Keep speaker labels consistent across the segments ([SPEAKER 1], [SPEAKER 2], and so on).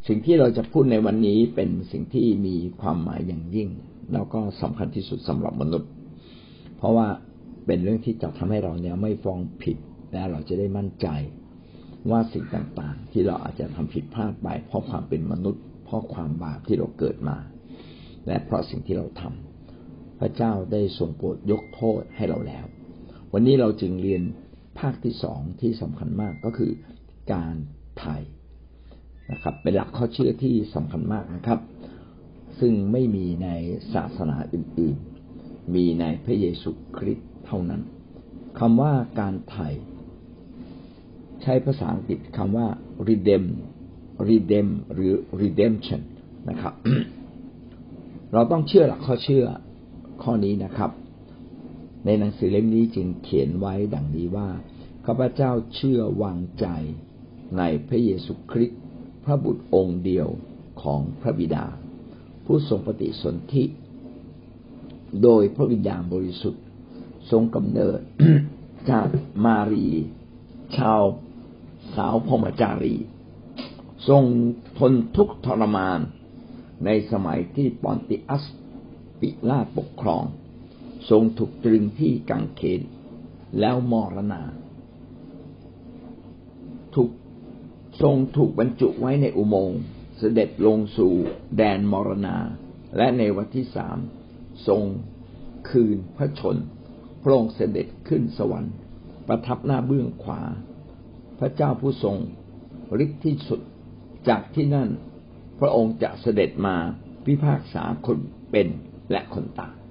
[SPEAKER 1] สิ่งที่เราจะพูดในวันนี้เป็นสิ่งที่มีความหมายอย่างยิ่งแล้วก็สำคัญที่สุดสำหรับมนุษย์เพราะว่าเป็นเรื่องที่จะทำให้เราเนี่ยไม่ฟ้องผิดและเราจะได้มั่นใจว่าสิ่งต่างๆที่เราอาจจะทำผิดพลาดไปเพราะความเป็นมนุษย์เพราะความบาปที่เราเกิดมาและเพราะสิ่งที่เราทำพระเจ้าได้ทรงโปรดยกโทษให้เราแล้ววันนี้เราจึงเรียนภาคที่2ที่สำคัญมากก็คือการไถ่นะครับเป็นหลักข้อเชื่อที่สำคัญมากนะครับซึ่งไม่มีในศาสนาอื่นๆมีในพระเยซูคริสต์เท่านั้นคำว่าการไถ่ใช้ภาษาอังกฤษคำว่า redeem หรือ redemption นะครับ เราต้องเชื่อหลักข้อเชื่อข้อนี้นะครับในหนังสือเล่มนี้จึงเขียนไว้ดังนี้ว่าข้าพเจ้าเชื่อวางใจในพระเยซูคริสต์พระบุตรองค์เดียวของพระบิดาผู้ทรงปฏิสนธิโดยพระวิญญาณบริสุทธิ์ทรงกำเนิด จากมารีชาวสาวพรหมจารีทรงทนทุกข์ทรมานในสมัยที่ปอนติอัสปิลาตปกครองทรงถูกตรึงที่กางเขนแล้วมรณะทรงถูกบรรจุไว้ในอุโมงค์เสด็จลงสู่แดนมรณะและในวันที่3ทรงคืนพระชนม์พระองค์เสด็จขึ้นสวรรค์ประทับหน้าเบื้องขวาพระเจ้าผู้ทรงฤทธิ์ที่สุดจากที่นั่นพระองค์จะเสด็จมาพิพากษาคนเป็นและคนตาย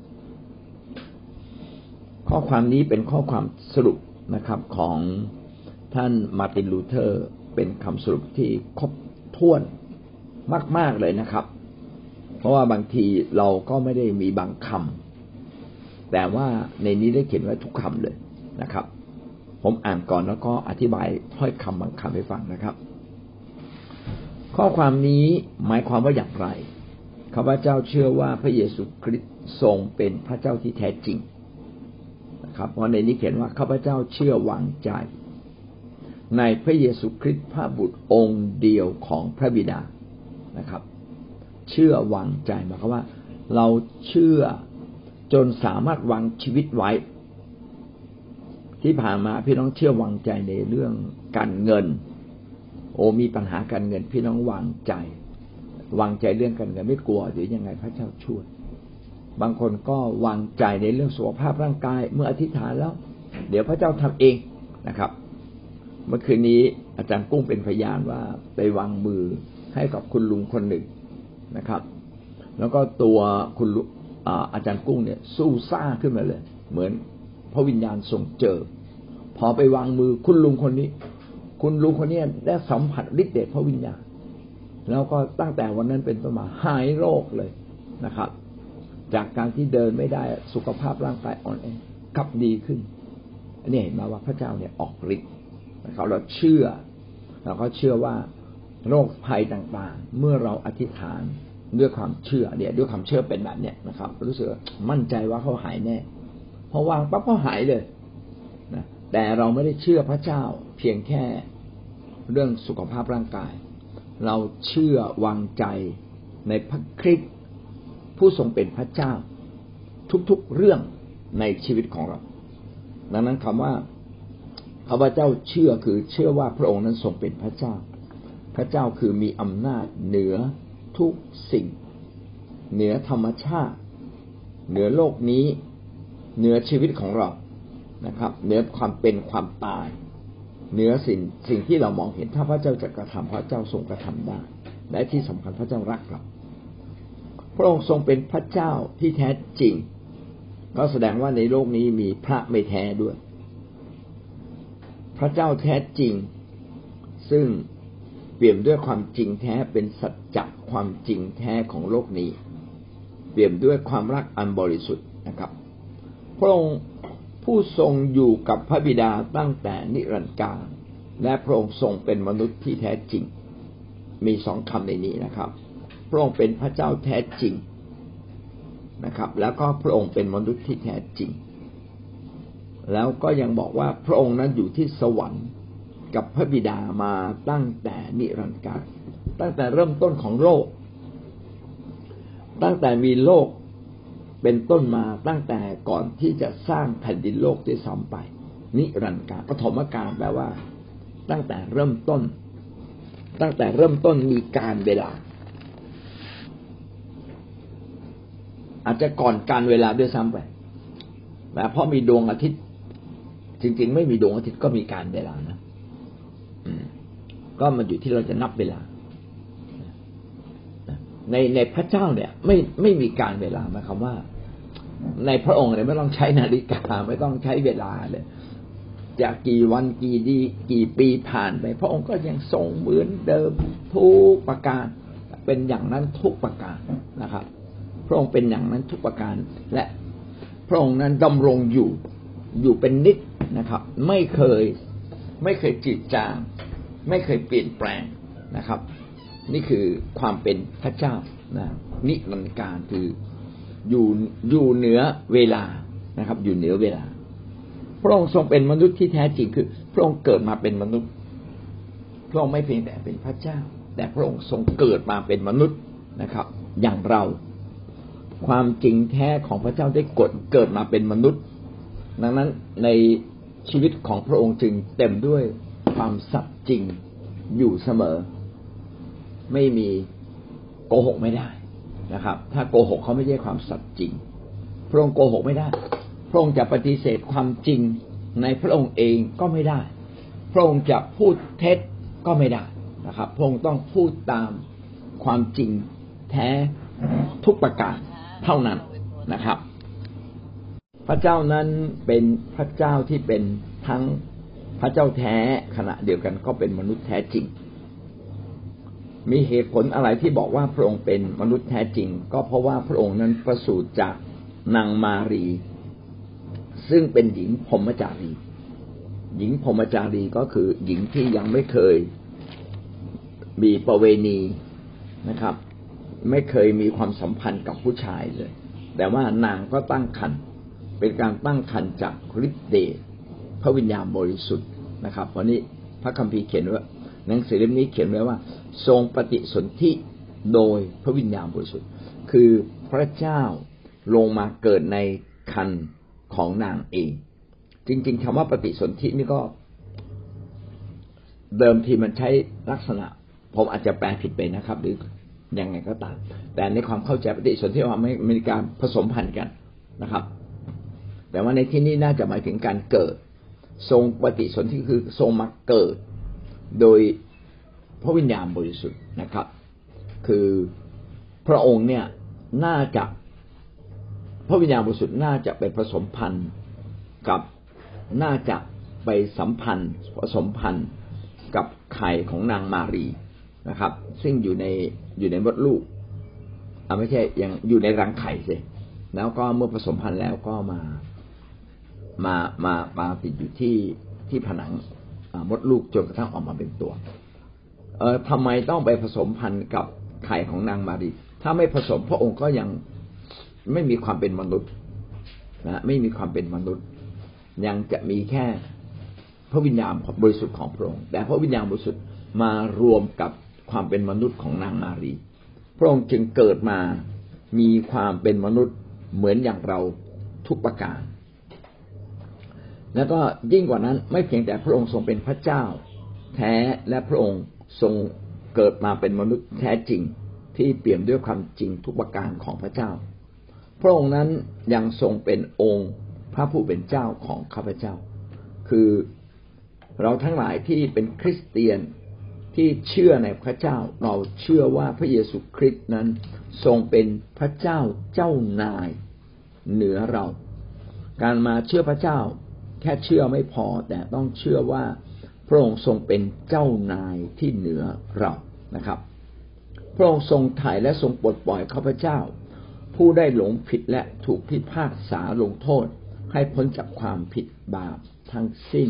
[SPEAKER 1] ข้อความนี้เป็นข้อความสรุปนะครับของท่านมาร์ตินลูเทอร์เป็นคำสรุปที่ครบถ้วนมากๆเลยนะครับเพราะว่าบางทีเราก็ไม่ได้มีบางคำแต่ว่าในนี้ได้เขียนไว้ทุกคำเลยนะครับผมอ่านก่อนแล้วก็อธิบายถ้อยคำบางคำให้ฟังนะครับข้อความนี้หมายความว่าอย่างไรข้าพเจ้าเชื่อว่าพระเยซูคริสต์ทรงเป็นพระเจ้าที่แท้จริงนะครับเพราะในนี้เขียนว่าข้าพเจ้าเชื่อวางใจในพระเยซูคริสต์พระบุตรองค์เดียวของพระบิดานะครับเชื่อวางใจหมายความว่าเราเชื่อจนสามารถวางชีวิตไว้ที่ผ่านมาพี่น้องเชื่อวางใจในเรื่องการเงินมีปัญหาการเงินพี่น้องวางใจเรื่องการเงินไม่กลัวเดี๋ยวยังไงพระเจ้าช่วยบางคนก็วางใจในเรื่องสุขภาพร่างกายเมื่ออธิษฐานแล้วเดี๋ยวพระเจ้าทำเองนะครับเมื่อคืนนี้อาจารย์กุ้งเป็นพยานว่าไปวางมือให้กับคุณลุงคนหนึ่งนะครับแล้วก็ตัวคุณอาจารย์กุ้งเนี่ยสู้ซ่าขึ้นมาเลยเหมือนพระวิญญาณทรงเจอพอไปวางมือคุณลุงคนนี้ได้สัมผัสฤทธิ์เดชพระวิญญาณแล้วก็ตั้งแต่วันนั้นเป็นต้นมาหายโรคเลยนะครับจากการที่เดินไม่ได้สุขภาพร่างกายอ่อนแอกลับดีขึ้นอันนี้เห็นมาว่าพระเจ้าเนี่ยออกฤทธิ์นะครับเราก็เชื่อว่าโรคภัยต่างๆเมื่อเราอธิษฐานด้วยความเชื่อเนี่ยด้วยความเชื่อเป็นแบบเนี้ยนะครับรู้สึกมั่นใจว่าเขาหายแน่พอวางปั๊บเขาหายเลยนะแต่เราไม่ได้เชื่อพระเจ้าเพียงแค่เรื่องสุขภาพร่างกายเราเชื่อวางใจในพระคริสต์ผู้ทรงเป็นพระเจ้าทุกๆเรื่องในชีวิตของเราดังนั้นคำว่าข้าพเจ้าเชื่อคือเชื่อว่าพระองค์นั้นทรงเป็นพระเจ้าพระเจ้าคือมีอำนาจเหนือทุกสิ่งเหนือธรรมชาติเหนือโลกนี้เหนือชีวิตของเรานะครับเหนือความเป็นความตายเหนือสิ่งที่เรามองเห็นถ้าพระเจ้าจะกระทำพระเจ้าทรงกระทำได้และที่สำคัญพระเจ้ารักเราพระองค์ทรงเป็นพระเจ้าที่แท้จริงก็แสดงว่าในโลกนี้มีพระไม่แท้ด้วยพระเจ้าแท้จริงซึ่งเปี่ยมด้วยความจริงแท้เป็นสัจจะความจริงแท้ของโลกนี้เปี่ยมด้วยความรักอันบริสุทธิ์นะครับพระองค์ผู้ทรงอยู่กับพระบิดาตั้งแต่นิรันดร์กาลและพระองค์ทรงเป็นมนุษย์ที่แท้จริงมี2คำในนี้นะครับพระองค์เป็นพระเจ้าแท้จริงนะครับแล้วก็พระองค์เป็นมนุษย์ที่แท้จริงแล้วก็ยังบอกว่าพระองค์นั้นอยู่ที่สวรรค์กับพระบิดามาตั้งแต่นิรันดร์กาลตั้งแต่เริ่มต้นของโลกตั้งแต่มีโลกเป็นต้นมาตั้งแต่ก่อนที่จะสร้างแผ่นดินโลกด้วยซ้ำไปนิรันดร์กาลปฐมกาลแปลว่าตั้งแต่เริ่มต้นมีการเวลาอาจจะก่อนการเวลาด้วยซ้ำไปแต่เพราะมีดวงอาทิตย์จริงๆไม่มีดวงอาทิตย์ก็มีการเวลานะก็มันอยู่ที่เราจะนับเวลาในพระเจ้าเนี่ยไม่มีการเวลาหมายความว่าในพระองค์เนี่ยไม่ต้องใช้นาฬิกาไม่ต้องใช้เวลาเลยจากกี่วันกี่ปีผ่านไปพระองค์ก็ยังทรงเหมือนเดิมทุกประการเป็นอย่างนั้นทุกประการนะครับพระองค์เป็นอย่างนั้นทุกประการและพระองค์นั้นดำรงอยู่เป็นนิจนะครับไม่เคยจืดจางไม่เคยเปลี่ยนแปลงนะครับนี่คือความเป็นพระเจ้านะนิรันดร์กาลคืออยู่เหนือเวลานะครับอยู่เหนือเวลาพระองค์ทรงเป็นมนุษย์ที่แท้จริงคือพระองค์เกิดมาเป็นมนุษย์พระองค์ไม่เพียงแต่เป็นพระเจ้าแต่พระองค์ทรงเกิดมาเป็นมนุษย์นะครับอย่างเราความจริงแท้ของพระเจ้าได้เกิดมาเป็นมนุษย์ดังนั้นในชีวิตของพระองค์จึงเต็มด้วยความสัตย์จริงอยู่เสมอไม่มีโกหกไม่ได้นะครับถ้าโกหกเขาไม่ใช่ความสัตย์จริงพระองค์โกหกไม่ได้พระองค์จะปฏิเสธความจริงในพระองค์เองก็ไม่ได้พระองค์จะพูดเท็จก็ไม่ได้นะครับพระองค์ต้องพูดตามความจริงแท้ทุกประการเท่านั้นนะครับพระเจ้านั้นเป็นพระเจ้าที่เป็นทั้งพระเจ้าแท้ขณะเดียวกันก็เป็นมนุษย์แท้จริงมีเหตุผลอะไรที่บอกว่าพระองค์เป็นมนุษย์แท้จริงก็เพราะว่าพระองค์นั้นประสูติจากนางมารีซึ่งเป็นหญิงพรหมจารีหญิงพรหมจารีก็คือหญิงที่ยังไม่เคยมีประเวณีนะครับไม่เคยมีความสัมพันธ์กับผู้ชายเลยแต่ว่านางก็ตั้งครรภ์เป็นการตั้งครรภ์จากฤทธิ์เดชพระวิญญาณบริสุทธิ์นะครับวันนี้พระคัมภีร์เขียนว่าหนังสือเล่มนี้เขียนไว้ว่าทรงปฏิสนธิโดยพระวิญญาณบริสุทธิ์คือพระเจ้าลงมาเกิดในครรภ์ของนางเองจริงๆคำว่าปฏิสนธินี่ก็เดิมทีมันใช้ลักษณะผมอาจจะแปลผิดไปนะครับหรือยังไงก็ตามแต่ในความเข้าใจปฏิสนธิว่าไม่มีการผสมพันธุ์กันนะครับแต่ว่าในที่นี้น่าจะหมายถึงการเกิดทรงปฏิสนธิคือทรงมาเกิดโดยพระวิญญาณบริสุทธิ์นะครับคือพระองค์เนี่ยน่าจะพระวิญญาณบริสุทธิ์น่าจะไปผสมพันธุ์กับน่าจะไปสัมพันธ์ผสมพันธุ์กับไข่ของนางมารีนะครับซึ่งอยู่ในมดลูกไม่ใช่ยังอยู่ในรังไข่สิแล้วก็เมื่อผสมพันธุ์แล้วก็มาติดอยู่ที่ผนังมดลูกจนกระทั่งออกมาเป็นตัวทำไมต้องไปผสมพันธุ์กับไข่ของนางมารีถ้าไม่ผสมพระองค์ก็ยังไม่มีความเป็นมนุษย์นะไม่มีความเป็นมนุษย์ยังจะมีแค่พระวิญญาณบริสุทธิ์ของพระองค์แต่พระวิญญาณบริสุทธิ์มารวมกับความเป็นมนุษย์ของนางมารีพระองค์จึงเกิดมามีความเป็นมนุษย์เหมือนอย่างเราทุกประการแล้วก็ยิ่งกว่านั้นไม่เพียงแต่พระองค์ทรงเป็นพระเจ้าแท้และพระองค์ทรงเกิดมาเป็นมนุษย์แท้จริงที่เปี่ยมด้วยความจริงทุกประการของพระเจ้าพระองค์นั้นยังทรงเป็นองค์พระผู้เป็นเจ้าของข้าพเจ้าคือเราทั้งหลายที่เป็นคริสเตียนที่เชื่อในพระเจ้าเราเชื่อว่าพระเยซูคริสต์นั้นทรงเป็นพระเจ้าเจ้านายเหนือเราการมาเชื่อพระเจ้าแค่เชื่อไม่พอแต่ต้องเชื่อว่าพระองค์ทรงเป็นเจ้านายที่เหนือเรานะครับพระองค์ทรงไถ่และทรงปลดปล่อยข้าพเจ้าผู้ได้หลงผิดและถูกพิพากษาลงโทษให้พ้นจากความผิดบาปทั้งสิ้น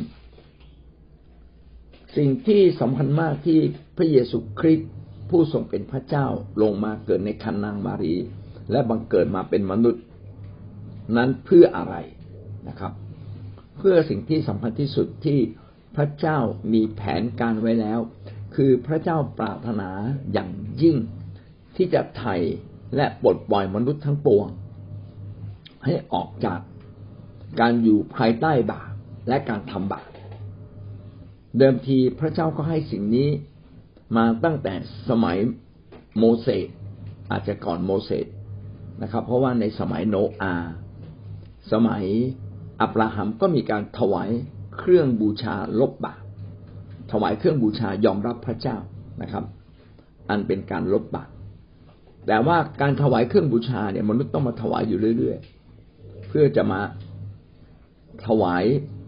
[SPEAKER 1] สิ่งที่สำคัญมากที่พระเยซูคริสต์ผู้ทรงเป็นพระเจ้าลงมาเกิดในครรภ์นางมารีและบังเกิดมาเป็นมนุษย์นั้นเพื่ออะไรนะครับเพื่อสิ่งที่สำคัญที่สุดที่พระเจ้ามีแผนการไว้แล้วคืคือพระเจ้าปรารถนาอย่างยิ่งที่จะไถ่และปลดปล่อยมนุษย์ทั้งปวงให้ออกจากการอยู่ภายใต้บาปและการทำบาปเดิมทีพระเจ้าก็ให้สิ่งนี้มาตั้งแต่สมัยโมเสสอาจจะก่อนโมเสสนะครับเพราะว่าในสมัยโนอาห์สมัยอับราฮัมก็มีการถวายเครื่องบูชาลบบาปถวายเครื่องบูชายอมรับพระเจ้านะครับอันเป็นการลบบาปแต่ว่าการถวายเครื่องบูชาเนี่ยมนุษย์ต้องมาถวายอยู่เรื่อยๆเพื่อจะมาถวาย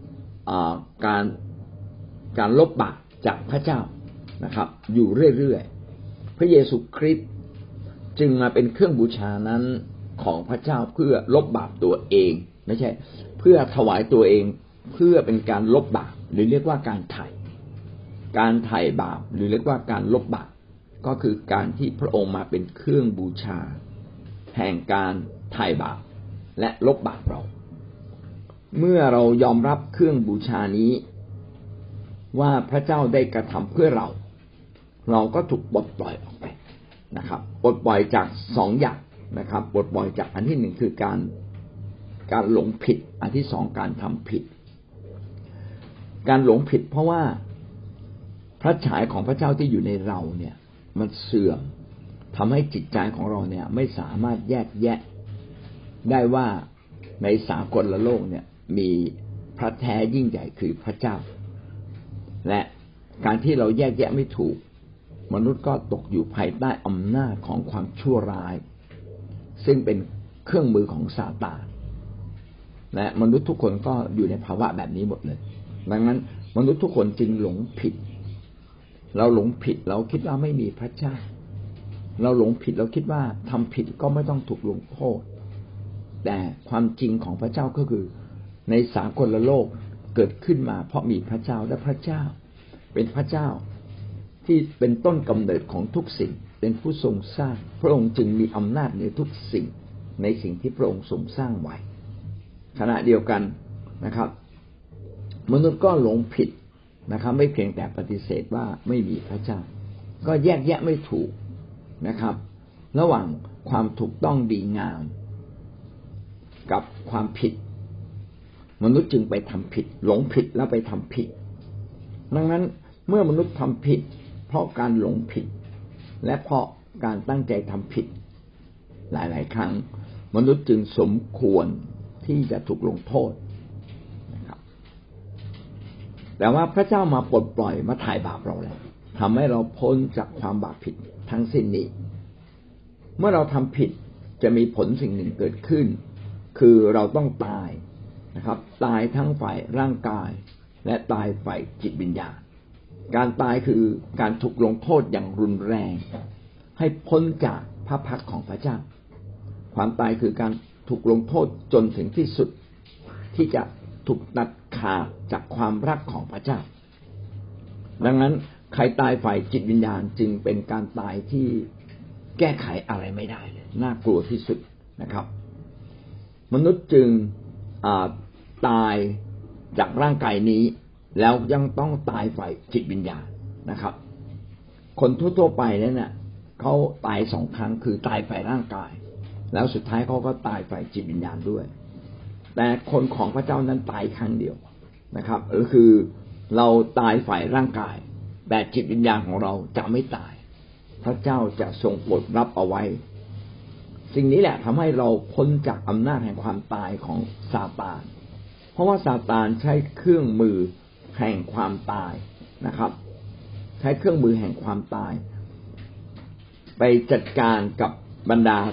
[SPEAKER 1] การลบบาปจากพระเจ้านะครับอยู่เรื่อยๆพระเยซูคริสต์จึงมาเป็นเครื่องบูชานั้นของพระเจ้าเพื่อลบบาปตัวเองไม่ใช่เพื่อถวายตัวเองเพื่อเป็นการลบบาปหรือเรียกว่าการไถ่บาปหรือเรียกว่าการลบบาปก็คือการที่พระองค์มาเป็นเครื่องบูชาแห่งการไถ่บาปและลบบาปเราเมื่อเรายอมรับเครื่องบูชานี้ว่าพระเจ้าได้กระทำเพื่อเราก็ถูกปลดปล่อยออกไปนะครับปลดปล่อยจากสองอย่างนะครับปลดปล่อยจากอันที่หนึ่งคือการหลงผิดอันที่สองการทำผิดการหลงผิดเพราะว่าพระฉายของพระเจ้าที่อยู่ในเราเนี่ยมันเสื่อมทำให้จิตใจของเราเนี่ยไม่สามารถแยกแยะได้ว่าในสากลโลกเนี่ยมีพระแท้ยิ่งใหญ่คือพระเจ้าและการที่เราแยกแยะไม่ถูกมนุษย์ก็ตกอยู่ภายใต้อำนาจของความชั่วร้ายซึ่งเป็นเครื่องมือของซาตานและมนุษย์ทุกคนก็อยู่ในภาวะแบบนี้หมดเลยดังนั้นมนุษย์ทุกคนจึงหลงผิดเราหลงผิดเราคิดว่าไม่มีพระเจ้าเราหลงผิดเราคิดว่าทำผิดก็ไม่ต้องถูกลงโทษแต่ความจริงของพระเจ้าก็คือในสากลโลกเกิดขึ้นมาเพราะมีพระเจ้าและพระเจ้าเป็นพระเจ้าที่เป็นต้นกำเนิดของทุกสิ่งเป็นผู้ทรงสร้างพระองค์จึงมีอำนาจเหนือทุกสิ่งในสิ่งที่พระองค์ทรงสร้างไว้ขณะเดียวกันนะครับมนุษย์ก็หลงผิดนะครับไม่เพียงแต่ปฏิเสธว่าไม่มีพระเจ้าก็แยกแยะไม่ถูกนะครับระหว่างความถูกต้องดีงามกับความผิดมนุษย์จึงไปทำผิดหลงผิดแล้วไปทำผิดดังนั้นเมื่อมนุษย์ทำผิดเพราะการหลงผิดและเพราะการตั้งใจทำผิดหลายๆครั้งมนุษย์จึงสมควรที่จะถูกลงโทษนะครับแต่ว่าพระเจ้ามาปลดปล่อยมาไถ่บาปเราแล้วทำให้เราพ้นจากความบาปผิดทั้งสิ้นนี้เมื่อเราทำผิดจะมีผลสิ่งหนึ่งเกิดขึ้นคือเราต้องตายนะครับตายทั้งฝ่ายร่างกายและตายฝ่ายจิตวิญญาณการตายคือการถูกลงโทษอย่างรุนแรงให้พ้นจากพระพักของพระเจ้าความตายคือการถูกลงโทษจนถึงที่สุดที่จะถูกตัดขาดจากความรักของพระเจ้าดังนั้นใครตายฝ่ายจิตวิญญาณจึงเป็นการตายที่แก้ไขอะไรไม่ได้เลยน่ากลัวที่สุดนะครับมนุษย์จึงตายจากร่างกายนี้แล้วยังต้องตายฝ่ายจิตวิญญาณนะครับคนทั่วๆไปเนี่ยเขาตายสองครั้งคือตายฝ่ายร่างกายแล้วสุดท้ายเขาก็ตายฝ่ายจิตวิญญาณด้วยแต่คนของพระเจ้านั้นตายครั้งเดียวนะครับก็คือเราตายฝ่ายร่างกายแต่จิตวิญญาณของเราจะไม่ตายพระเจ้าจะทรงโปรดรับเอาไว้สิ่งนี้แหละทำให้เราพ้นจากอำนาจแห่งความตายของซาตานเพราะว่าซาตานใช้เครื่องมือแห่งความตายนะครับใช้เครื่องมือแห่งความตายไปจัดการกับบรรดา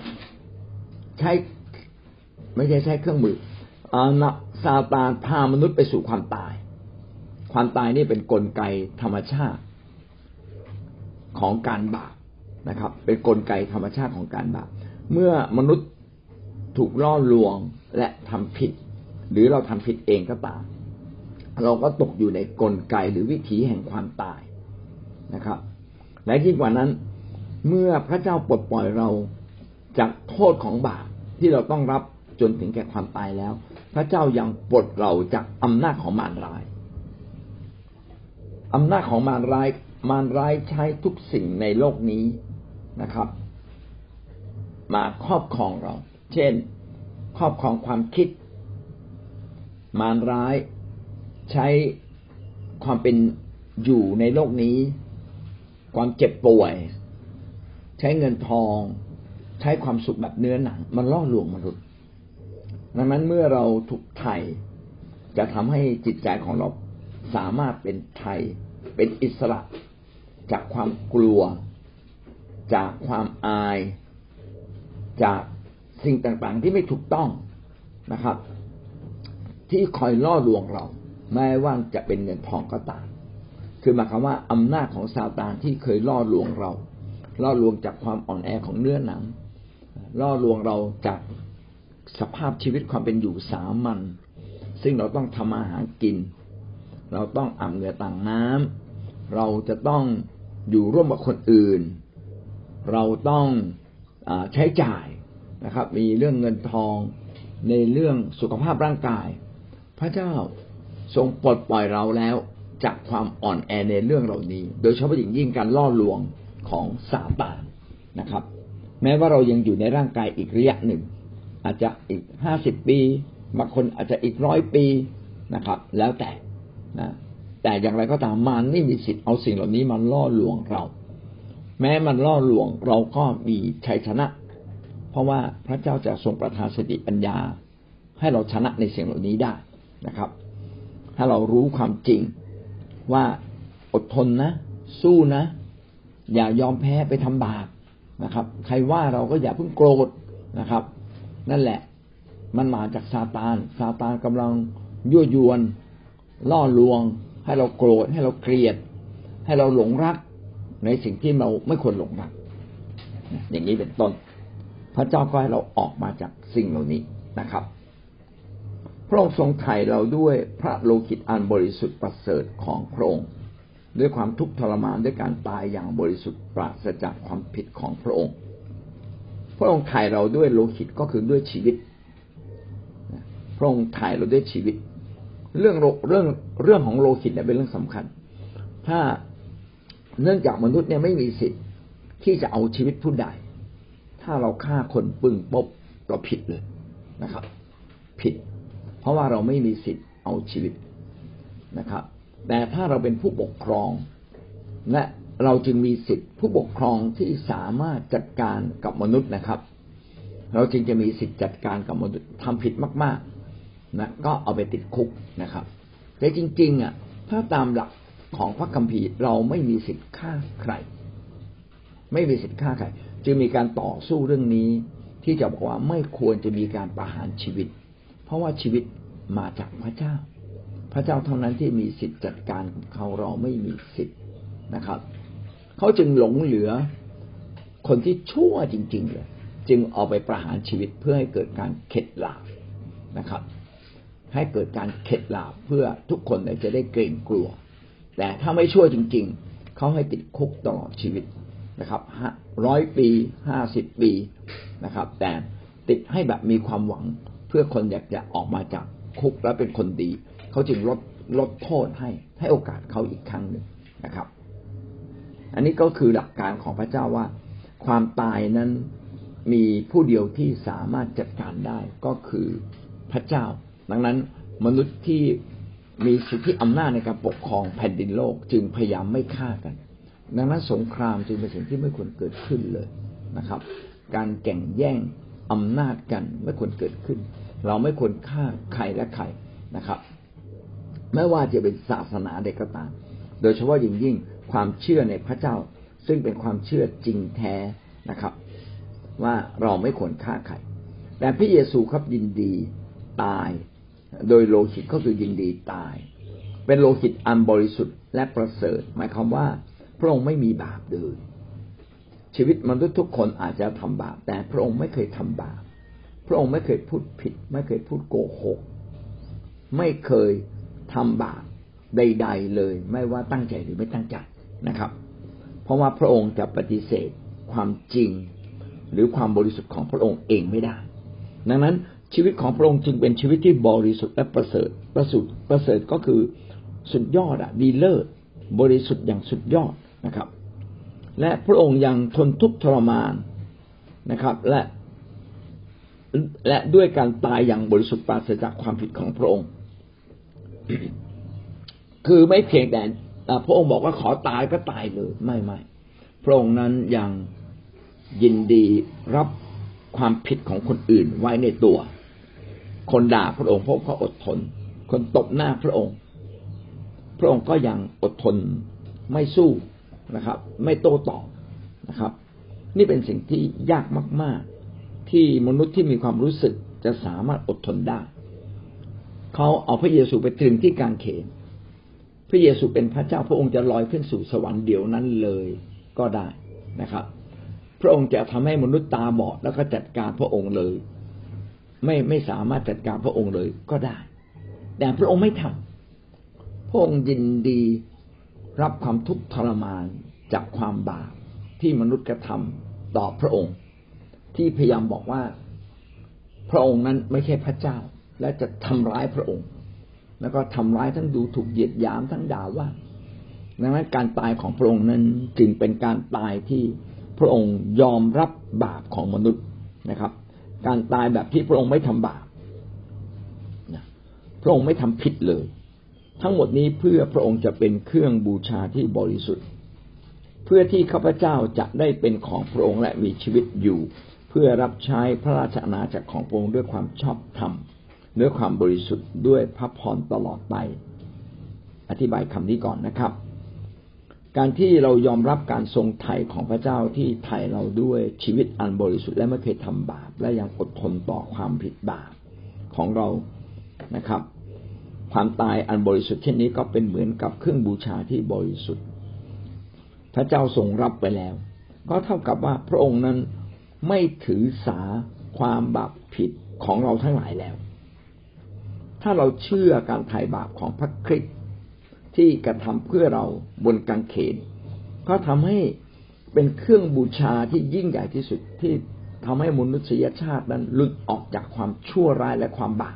[SPEAKER 1] ไม่ใช่เครื่องมือซาตานพามนุษย์ไปสู่ความตายความตายนี่เป็นกลไกธรรมชาติของการบาปนะครับเป็นกลไกธรรมชาติของการบาปเมื่อมนุษย์ถูกล่อลวงและทำผิดหรือเราทำผิดเองก็ตามเราก็ตกอยู่ในกลไกหรือวิถีแห่งความตายนะครับและยิ่งกว่านั้นเมื่อพระเจ้าปลดปล่อยเราจากโทษของบาปที่เราต้องรับจนถึงแก่ความตายแล้วพระเจ้ายังปลดเราจากอำนาจของมารร้ายอำนาจของมารร้ายมารร้ายใช้ทุกสิ่งในโลกนี้นะครับมาครอบครองเราเช่นครอบครองความคิดมารร้ายใช้ความเป็นอยู่ในโลกนี้ความเจ็บป่วยใช้เงินทองใช้ความสุขแบบเนื้อหนังมันล่อลวงมนุษย์ดังนั้นเมื่อเราถูกไถ่จะทำให้จิตใจของเราสามารถเป็นไถ่เป็นอิสระจากความกลัวจากความอายจากสิ่งต่างๆที่ไม่ถูกต้องนะครับที่คอยล่อลวงเราแม้ว่าจะเป็นเงินทองก็ตามคือหมายความว่าอำนาจของซาตานที่เคยล่อลวงเราล่อลวงจากความอ่อนแอของเนื้อหนังล่อลวงเราจากสภาพชีวิตความเป็นอยู่สามัญซึ่งเราต้องทำมาหากินเราต้องอาบเหงื่อต่างน้ำเราจะต้องอยู่ร่วมกับคนอื่นเราต้องใช้จ่ายนะครับมีเรื่องเงินทองในเรื่องสุขภาพร่างกายพระเจ้าทรงปลดปล่อยเราแล้วจากความอ่อนแอในเรื่องเหล่านี้โดยเฉพาะอย่างยิ่งการล่อลวงของซาตานนะครับแม้ว่าเรายังอยู่ในร่างกายอีกระยะหนึ่งอาจจะอีก50 ปีบางคนอาจจะอีก100 ปีนะครับแล้วแต่นะแต่อย่างไรก็ตามมารไม่มีสิทธิ์เอาสิ่งเหล่านี้มาล่อลวงเราแม้มันล่อลวงเราก็มีชัยชนะเพราะว่าพระเจ้าจะทรงประทานสติปัญญาให้เราชนะในสิ่งเหล่านี้ได้นะครับถ้าเรารู้ความจริงว่าอดทนนะสู้นะอย่ายอมแพ้ไปทำบาปนะครับใครว่าเราก็อย่าเพิ่งโกรธนะครับนั่นแหละมันมาจากซาตานกำลังยั่วยวนล่อลวงให้เราโกรธให้เราเกลียดให้เราหลงรักในสิ่งที่เราไม่ควรหลงรักอย่างนี้เป็นต้นพระเจ้าก็ให้เราออกมาจากสิ่งเหล่านี้นะครับพระองค์ทรงไถ่เราด้วยพระโลหิตอันบริสุทธิ์ประเสริฐของพระองค์ด้วยความทุกข์ทรมานด้วยการตายอย่างบริสุทธิ์ปราศจากความผิดของพระองค์พระองค์ไถ่เราด้วยโลหิตก็คือด้วยชีวิตพระองค์ไถ่เราด้วยชีวิตเรื่องของโลหิตเนี่ยเป็นเรื่องสำคัญถ้าเนื่องจากมนุษย์เนี่ยไม่มีสิทธิ์ที่จะเอาชีวิตผู้ใดถ้าเราฆ่าคนปึ้งปุ๊บเราผิดเลยนะครับผิดเพราะว่าเราไม่มีสิทธิ์เอาชีวิตนะครับแต่ถ้าเราเป็นผู้ปกครองและเราจึงมีสิทธิ์ผู้ปกครองที่สามารถจัดการกับมนุษย์นะครับเราจึงจะมีสิทธิ์จัดการกับมนุษย์ทำผิดมากๆนะก็เอาไปติดคุกนะครับแต่จริงๆถ้าตามหลักของพระคัมภีร์เราไม่มีสิทธิ์ฆ่าใครไม่มีสิทธิ์ฆ่าใครจึงมีการต่อสู้เรื่องนี้ที่จะบอกว่าไม่ควรจะมีการประหารชีวิตเพราะว่าชีวิตมาจากพระเจ้าเท่านั้นที่มีสิทธิ์จัดการกับเขาเราไม่มีสิทธิ์นะครับเขาจึงหลงเหลือคนที่ชั่วจริงๆเลยจึงเอาไปประหารชีวิตเพื่อให้เกิดการเข็ดหลาบนะครับให้เกิดการเข็ดหลาบเพื่อทุกคนจะได้เกรงกลัวแต่ถ้าไม่ชั่วจริงๆเขาให้ติดคุกตลอดชีวิตนะครับ100 ปี50 ปีนะครับแต่ติดให้แบบมีความหวังเพื่อคนอยากจะออกมาจากคุกแล้วเป็นคนดีเขาจึงลดโทษให้โอกาสเขาอีกครั้งหนึ่งนะครับอันนี้ก็คือหลักการของพระเจ้าว่าความตายนั้นมีผู้เดียวที่สามารถจัดการได้ก็คือพระเจ้าดังนั้นมนุษย์ที่มีสิทธิอำนาจในการปกครองแผ่นดินโลกจึงพยายามไม่ฆ่ากันดังนั้นสงครามจึงเป็นสิ่งที่ไม่ควรเกิดขึ้นเลยนะครับการแข่งแย่งอำนาจกันไม่ควรเกิดขึ้นเราไม่ควรฆ่าใครและใครนะครับไม่ว่าจะเป็นศาสนาใดก็ตามโดยเฉพาะอย่างยิ่งความเชื่อในพระเจ้าซึ่งเป็นความเชื่อจริงแท้นะครับว่าเราไม่ควรฆ่าใครแต่พระเยซูครับยินดีตายโดยโลหิตก็คือยินดีตายเป็นโลหิตอันบริสุทธิ์และประเสริฐหมายความว่าพระองค์ไม่มีบาปเลยชีวิตมนุษย์ทุกคนอาจจะทำบาปแต่พระองค์ไม่เคยทำบาปพระองค์ไม่เคยพูดผิดไม่เคยพูดโกหกไม่เคยทำบาปใดๆเลยไม่ว่าตั้งใจหรือไม่ตั้งใจนะครับเพราะว่าพระองค์จะปฏิเสธความจริงหรือความบริสุทธิ์ของพระองค์เองไม่ได้ดังนั้นชีวิตของพระองค์จึงเป็นชีวิตที่บริสุทธิ์และประเสริฐก็คือสุดยอดดีเลิศบริสุทธิ์อย่างสุดยอดนะครับและพระองค์ยังทนทุกข์ทรมานนะครับและด้วยการตายอย่างบริสุทธิ์ปราศจากความผิดของพระองค์ คือไม่เพียงแต่พระองค์บอกว่าขอตายก็ตายเลยไม่พระองค์นั้นยังยินดีรับความผิดของคนอื่นไว้ในตัวคนด่าพระองค์พระองค์ก็อดทนคนตบหน้าพระองค์ก็ยังอดทนไม่สู้นะครับไม่โต้ตอบนะครับนี่เป็นสิ่งที่ยากมากๆที่มนุษย์ที่มีความรู้สึกจะสามารถอดทนได้เขาเอาพระเยซูไปตรึงที่กางเขนพระเยซูเป็นพระเจ้าพระองค์จะลอยขึ้นสู่สวรรค์เดี๋ยวนั้นเลยก็ได้นะครับพระองค์จะทำให้มนุษย์ตาบอดแล้วก็จัดการพระองค์เลยไม่สามารถจัดการพระองค์เลยก็ได้แต่พระองค์ไม่ทำพระองค์ยินดีรับความทุกข์ทรมานจากความบาปที่มนุษย์กระทำต่อพระองค์ที่พยายามบอกว่าพระองค์นั้นไม่ใช่พระเจ้าและจะทำร้ายพระองค์แล้วก็ทำร้ายทั้งดูถูกเหยียดหยามทั้งด่าว่าดังนั้นการตายของพระองค์นั้นจึงเป็นการตายที่พระองค์ยอมรับบาปของมนุษย์นะครับการตายแบบที่พระองค์ไม่ทำบาปพระองค์ไม่ทำผิดเลยทั้งหมดนี้เพื่อพระองค์จะเป็นเครื่องบูชาที่บริสุทธิ์เพื่อที่ข้าพเจ้าจะได้เป็นของพระองค์และมีชีวิตอยู่เพื่อรับใช้พระราชอาณาจักรของพระองค์ด้วยความชอบธรรมด้วยความบริสุทธิ์ด้วยพระพรตลอดไปอธิบายคำนี้ก่อนนะครับการที่เรายอมรับการทรงไถ่ของพระเจ้าที่ไถ่เราด้วยชีวิตอันบริสุทธิ์และไม่เคยทำบาปและยังอดทนต่อความผิดบาปของเรานะครับความตายอันบริสุทธิ์เช่นนี้ก็เป็นเหมือนกับเครื่องบูชาที่บริสุทธิ์พระเจ้าทรงรับไปแล้วก็เท่ากับว่าพระองค์นั้นไม่ถือสาความบาปผิดของเราทั้งหลายแล้วถ้าเราเชื่อการไถ่บาปของพระคริสต์ที่กระทำเพื่อเราบนกางเขนก็ทำให้เป็นเครื่องบูชาที่ยิ่งใหญ่ที่สุดที่ทำให้มนุษยชาตินั้นหลุดออกจากความชั่วร้ายและความบาป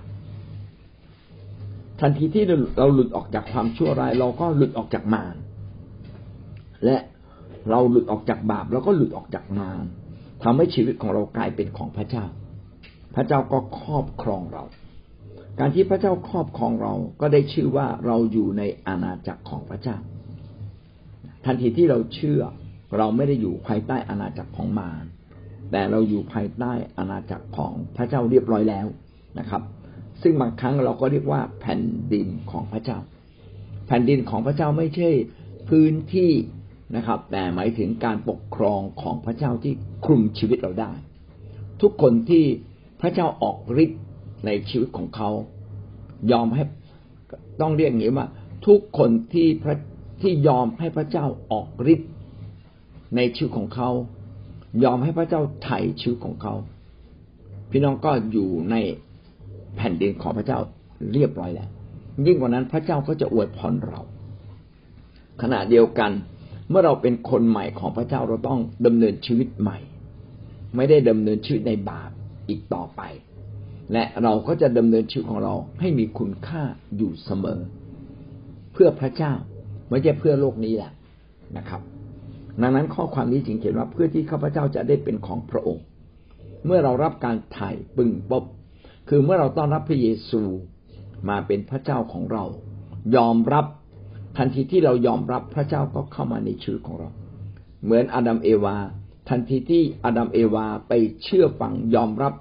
[SPEAKER 1] ทันทีที่เราหลุดออกจากความชั่วร้ายเราก็หลุดออกจากมารและเราหลุดออกจากบาปแล้วก็หลุดออกจากมารทำให้ชีวิตของเรากลายเป็นของพระเจ้าพระเจ้าก็ครอบครองเราการที่พระเจ้าครอบครองเราก็ได้ชื่อว่าเราอยู่ในอาณาจักรของพระเจ้าทันทีที่เราเชื่อเราไม่ได้อยู่ภายใต้อาณาจักรของมารแต่เราอยู่ภายใต้อาณาจักรของพระเจ้าเรียบร้อยแล้วนะครับซึ่งบางครั้งเราก็เรียกว่าแผ่นดินของพระเจ้าแผ่นดินของพระเจ้าไม่ใช่พื้นที่นะครับแต่หมายถึงการปกครองของพระเจ้าที่คลุมชีวิตเราได้ทุกคนที่พระเจ้าออกฤทธิ์ในชีวิตของเขายอมให้ต้องเรียกอย่างนี้ว่าทุกคนที่ยอมให้พระเจ้าออกฤทธิ์ในชีวิตของเขายอมให้พระเจ้าไถ่ชีวิตของเขาพี่น้องก็อยู่ในแผ่นดินของพระเจ้าเรียบร้อยแล้วยิ่งกว่านั้นพระเจ้าก็จะอวยพรเราขณะเดียวกันเมื่อเราเป็นคนใหม่ของพระเจ้าเราต้องดำเนินชีวิตใหม่ไม่ได้ดำเนินชีวิตในบาปอีกต่อไปและเราก็จะดำเนินชีวิตของเราให้มีคุณค่าอยู่เสมอเพื่อพระเจ้าไม่ใช่เพื่อโลกนี้แหละนะครับดังนั้นข้อความนี้จึงเขียนว่าเพื่อที่ข้าพเจ้าจะได้เป็นของพระองค์เมื่อเรารับการไถ่ปึงปบคือเมื่อเราต้อนรับพระเยซูมาเป็นพระเจ้าของเรายอมรับทันทีที่เรายอมรับพระเจ้าก็เข้ามาในชีวิตของเราเหมือนอาดัมเอวาทันทีที่อาดัมเอวาไปเชื่อฟังยอมรับ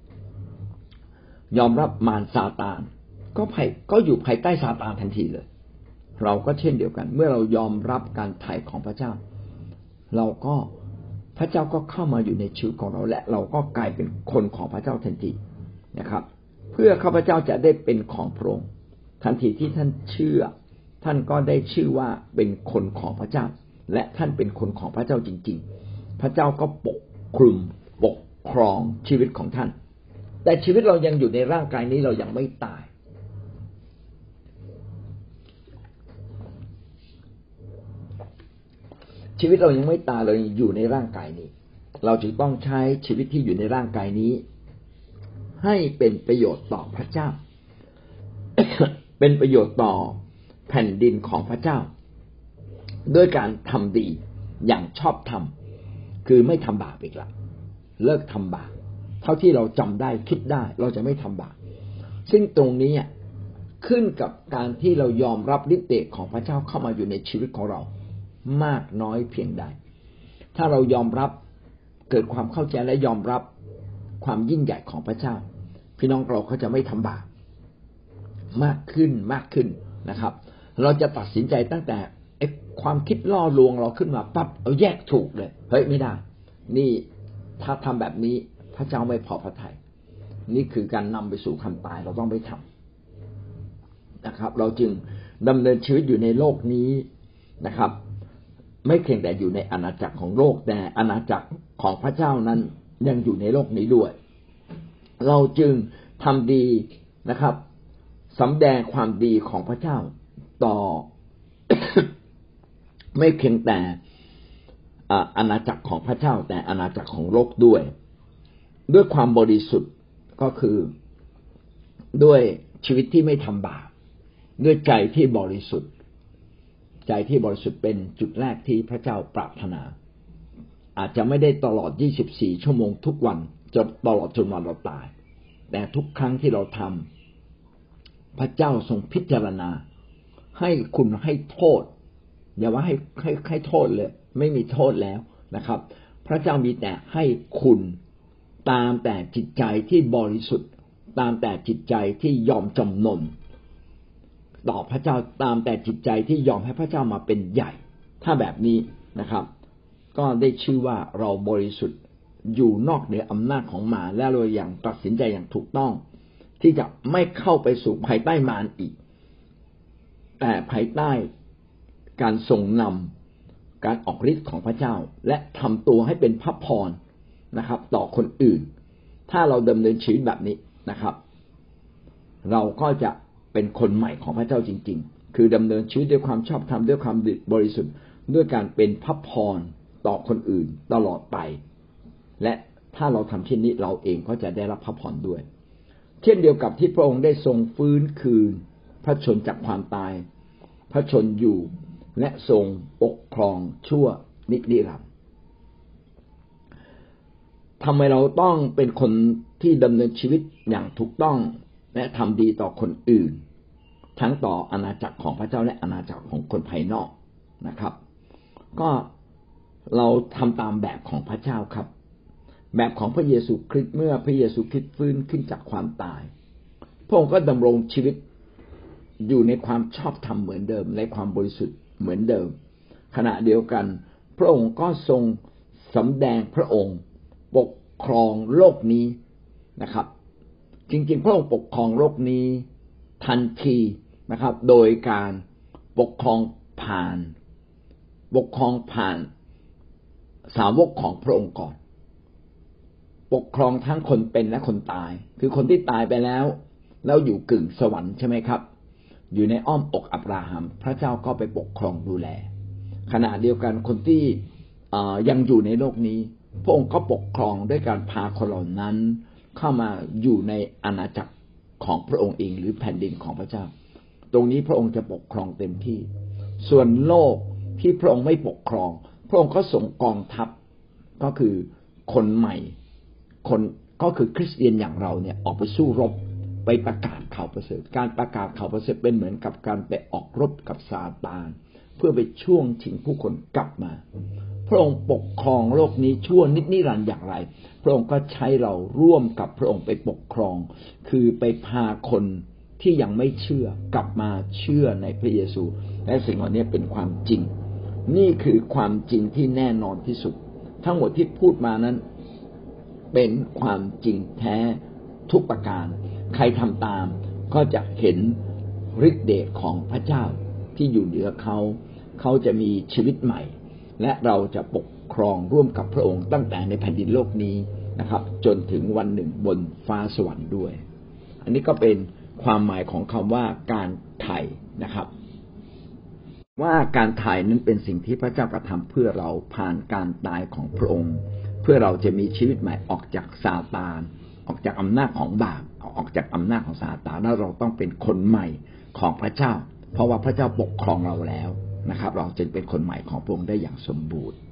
[SPEAKER 1] มารซาตานก็อยู่ภายใต้ซาตานทันทีเลยเราก็เช่นเดียวกันเมื่อเรายอมรับการไถ่ของพระเจ้าพระเจ้าก็เข้ามาอยู่ในชีวิตของเราและเราก็กลายเป็นคนของพระเจ้าทันทีนะครับเพื่อข้าพเจ้าจะได้เป็นของพระองค์ทันทีที่ท่านเชื่อท่านก็ได้ชื่อว่าเป็นคนของพระเจ้าและท่านเป็นคนของพระเจ้าจริงๆพระเจ้าก็ปกคลุมปกครองชีวิตของท่านแต่ชีวิตเรายังอยู่ในร่างกายนี้เรายังไม่ตายชีวิตเรายังไม่ตายเราอยู่ในร่างกายนี้เราจึงต้องใช้ชีวิตที่อยู่ในร่างกายนี้ให้เป็นประโยชน์ต่อพระเจ้า เป็นประโยชน์ต่อแผ่นดินของพระเจ้าด้วยการทำดีอย่างชอบธรรมคือไม่ทำบาปอีกละเลิกทำบาปเท่าที่เราจำได้คิดได้เราจะไม่ทำบาปซึ่งตรงนี้ขึ้นกับการที่เรายอมรับฤทธิ์เดชของพระเจ้าเข้ามาอยู่ในชีวิตของเรามากน้อยเพียงใดถ้าเรายอมรับเกิดความเข้าใจและยอมรับความยิ่งใหญ่ของพระเจ้าพี่น้องเราก็จะไม่ทำบาปมากขึ้นนะครับ เราจะตัดสินใจตั้งแต่ความคิดล่อลวงเราขึ้นมาปั๊บเอาแยกถูกเลยเฮ้ยไม่ได้นี่ถ้าทำแบบนี้พระเจ้าไม่พอพระทัยนี่คือการนำไปสู่ความตายเราต้องไม่ทำนะครับเราจึงดำเนินชีวิตอยู่ในโลกนี้นะครับไม่เพียงแต่อยู่ในอาณาจักรของโลกแต่อาณาจักรของพระเจ้านั้นยังอยู่ในโลกนี้ด้วยเราจึงทำดีนะครับสำแดงความดีของพระเจ้าต่อ ไม่เพียงแต่อาณาจักรของพระเจ้าแต่อาณาจักรของโลกด้วยความบริสุทธิ์ก็คือด้วยชีวิตที่ไม่ทำบาปด้วยใจที่บริสุทธิ์ใจที่บริสุทธิ์เป็นจุดแรกที่พระเจ้าปรารถนาอาจจะไม่ได้ตลอด24ชั่วโมงทุกวันจนตลอดจนวันเราตายแต่ทุกครั้งที่เราทำพระเจ้าทรงพิจารณาให้คุณให้โทษอย่าว่าให้โทษเลยไม่มีโทษแล้วนะครับพระเจ้ามีแต่ให้คุณตามแต่จิตใจที่บริสุทธิ์ตามแต่จิตใจที่ยอมจำนนต่อพระเจ้าตามแต่จิตใจที่ยอมให้พระเจ้ามาเป็นใหญ่ถ้าแบบนี้นะครับก็ได้ชื่อว่าเราบริสุทธิ์อยู่นอกเหนืออำนาจของมารและเราอย่างตัดสินใจอย่างถูกต้องที่จะไม่เข้าไปสู่ภายใต้มารอีกแต่ภายใต้การทรงนำการออกฤทธิ์ของพระเจ้าและทำตัวให้เป็นพระพรนะครับต่อคนอื่นถ้าเราดำเนินชีวิตแบบนี้นะครับเราก็จะเป็นคนใหม่ของพระเจ้าจริงๆคือดำเนินชีวิตด้วยความชอบธรรมด้วยความบริสุทธิ์ด้วยการเป็นพระพรต่อคนอื่นตลอดไปและถ้าเราทำเช่นนี้เราเองก็จะได้รับพระพรด้วยเช่นเดียวกับที่พระองค์ได้ทรงฟื้นคืนพระชนจากความตายพระชนอยู่และทรงปกครองชั่วนิรันดร์ทำไมเราต้องเป็นคนที่ดำเนินชีวิตอย่างถูกต้องและทำดีต่อคนอื่นทั้งต่ออาณาจักรของพระเจ้าและอาณาจักรของคนภายนอกนะครับก็เราทำตามแบบของพระเจ้าครับแบบของพระเยซูคริสต์เมื่อพระเยซูคริสต์ฟื้นขึ้นจากความตายพระองค์ก็ดำรงชีวิตอยู่ในความชอบธรรมเหมือนเดิมในความบริสุทธิ์เหมือนเดิมขณะเดียวกันพระองค์ก็ทรงสำแดงพระองค์ปกครองโลกนี้นะครับจริงๆพระองค์ปกครองโลกนี้ทันทีนะครับโดยการปกครองผ่านสาวกของพระองค์ก่อนปกครองทั้งคนเป็นและคนตายคือคนที่ตายไปแล้วอยู่กึ่งสวรรค์ใช่ไหมครับอยู่ในอ้อมอกอับราฮัมพระเจ้าก็ไปปกครองดูแลขณะเดียวกันคนที่ยังอยู่ในโลกนี้พระองค์ก็ปกครองด้วยการพาคนเหล่านั้นเข้ามาอยู่ในอาณาจักรของพระองค์เองหรือแผ่นดินของพระเจ้าตรงนี้พระองค์จะปกครองเต็มที่ส่วนโลกที่พระองค์ไม่ปกครองพระองค์ก็ส่งกองทัพก็คือคนใหม่คนก็คือคริสเตียนอย่างเราเนี่ยออกไปสู้รบไปประกาศข่าวประเสริฐการประกาศข่าวประเสริฐเป็นเหมือนกับการไปออกรบกับซาตานเพื่อไปช่วงชิงผู้คนกลับมาพระองค์ปกครองโลกนี้ชั่วนิรันดร์อย่างไรพระองค์ก็ใช้เราร่วมกับพระองค์ไปปกครองคือไปพาคนที่ยังไม่เชื่อกลับมาเชื่อในพระเยซูและสิ่งเหล่านี้เป็นความจริงนี่คือความจริงที่แน่นอนที่สุดทั้งหมดที่พูดมานั้นเป็นความจริงแท้ทุกประการใครทำตามก็จะเห็นฤทธิ์เดชของพระเจ้าที่อยู่เหนือเขาจะมีชีวิตใหม่และเราจะปกครองร่วมกับพระองค์ตั้งแต่ในแผ่นดินโลกนี้นะครับจนถึงวันหนึ่งบนฟ้าสวรรค์ด้วยอันนี้ก็เป็นความหมายของคำว่าการไถ่นะครับว่าการไถ่นั้นเป็นสิ่งที่พระเจ้ากระทำเพื่อเราผ่านการตายของพระองค์เพื่อเราจะมีชีวิตใหม่ออกจากซาตานออกจากอำนาจของบาปออกจากอำนาจของซาตานแล้วเราต้องเป็นคนใหม่ของพระเจ้าเพราะว่าพระเจ้าปกครองเราแล้วนะครับเราจึงเป็นคนใหม่ของพระองค์ได้อย่างสมบูรณ์